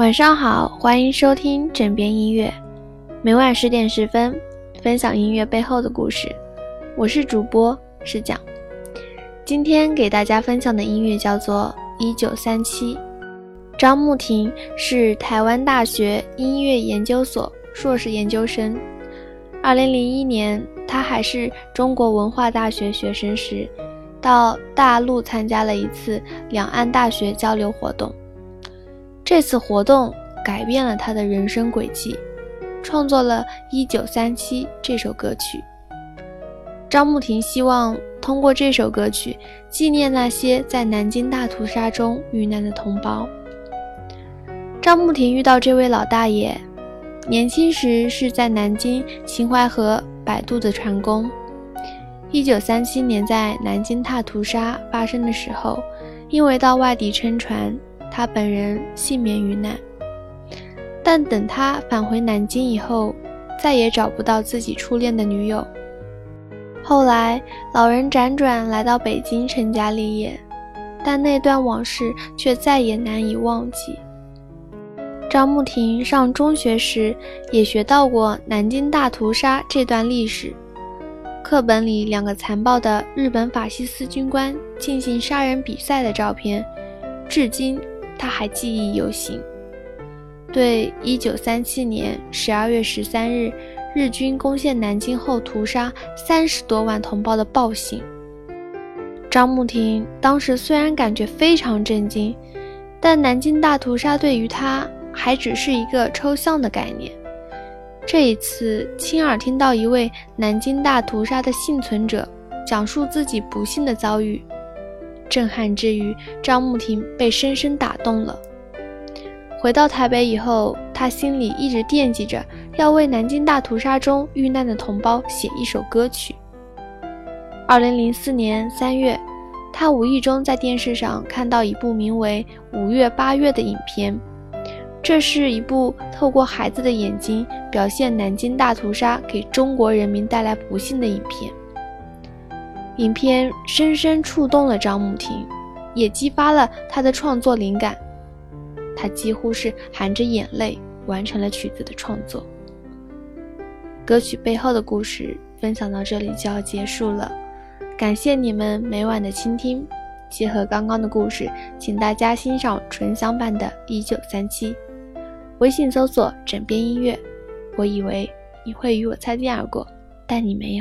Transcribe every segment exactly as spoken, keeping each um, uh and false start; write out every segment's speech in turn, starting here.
晚上好，欢迎收听枕边音乐，每晚十点十分，分享音乐背后的故事。我是主播是讲，今天给大家分享的音乐叫做一九三七。张牧婷是台湾大学音乐研究所硕士研究生。二零零一年，他还是中国文化大学学生时，到大陆参加了一次两岸大学交流活动。这次活动改变了他的人生轨迹，创作了一九三七这首歌曲。张牧婷希望通过这首歌曲纪念那些在南京大屠杀中遇难的同胞。张牧婷遇到这位老大爷，年轻时是在南京秦淮河摆渡的船工。一九三七年在南京大屠杀发生的时候，因为到外地乘船，他本人幸免于难。但等他返回南京以后，再也找不到自己初恋的女友。后来老人辗转来到北京成家立业，但那段往事却再也难以忘记。张牧婷上中学时也学到过南京大屠杀这段历史，课本里两个残暴的日本法西斯军官进行杀人比赛的照片，至今他还记忆犹新。对一九三七年十二月十三日日军攻陷南京后屠杀三十多万同胞的暴行，张牧婷当时虽然感觉非常震惊，但南京大屠杀对于他还只是一个抽象的概念。这一次亲耳听到一位南京大屠杀的幸存者讲述自己不幸的遭遇，震撼之余，张牧婷被深深打动了。回到台北以后，他心里一直惦记着要为南京大屠杀中遇难的同胞写一首歌曲。二零零四年三月，他无意中在电视上看到一部名为《五月八月》的影片，这是一部透过孩子的眼睛表现南京大屠杀给中国人民带来不幸的影片。影片深深触动了张牧婷，也激发了他的创作灵感。他几乎是含着眼泪完成了曲子的创作。歌曲背后的故事分享到这里就要结束了，感谢你们每晚的倾听。结合刚刚的故事，请大家欣赏纯享版的一九三七。微信搜索枕边音乐，我以为你会与我擦肩而过，但你没有。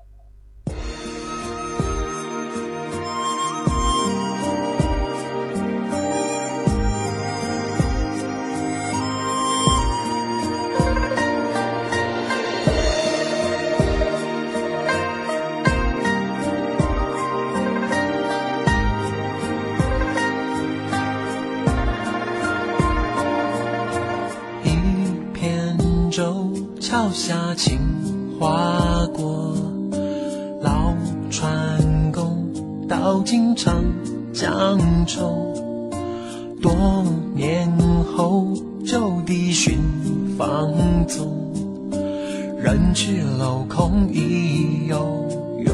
桥下青花过，老船工到京城江州，多年后就地寻芳踪，人去楼空已悠悠。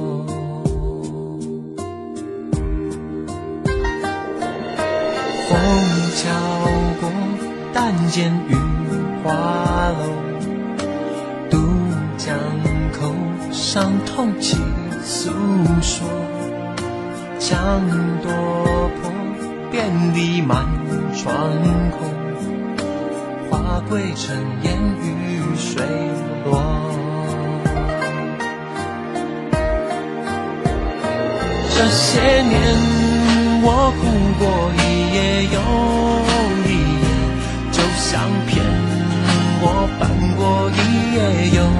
枫桥过，但见雨花楼，江口伤痛起诉说，墙多破，遍地满窗空，花归尘烟雨水落。这些年我哭过一夜又一夜，就像骗我伴过一夜又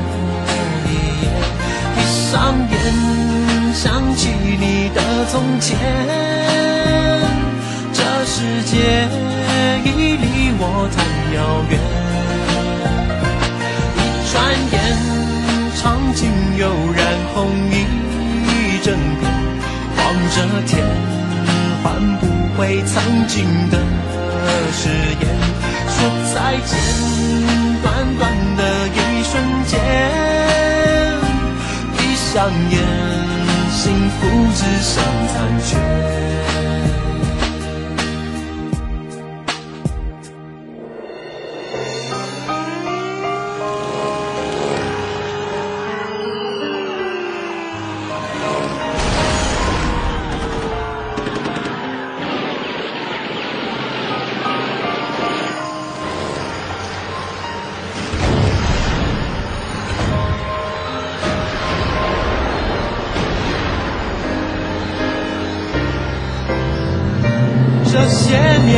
上眼想起你的从前，这世界已离我太遥远。一转眼场景又染红一整片，望着天换不回曾经的誓言，说再见，短短的一瞬间，上演幸福只剩残缺。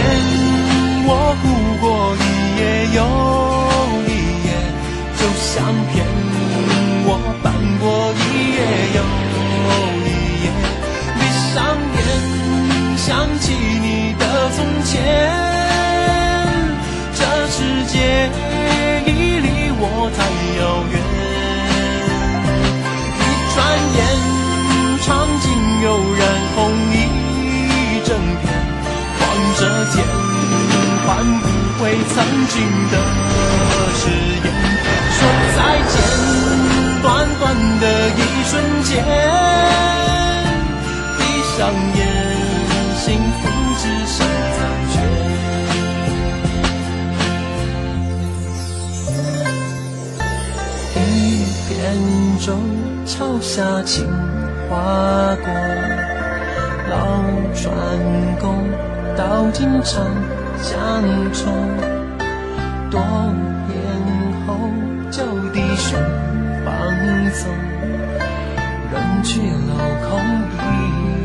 我哭过一夜又一夜，就像骗我伴过一夜又一夜。闭上眼，想起你的从前，这世界已离我太遥远。一转眼，场景又染红一整片，望着天，换不回曾经的誓言。说再见，短短的一瞬间，闭上眼，幸福只剩残缺。一边舟，桥下青花过，老船钩到今长相愁。多年后，旧地寻芳踪，人去楼空一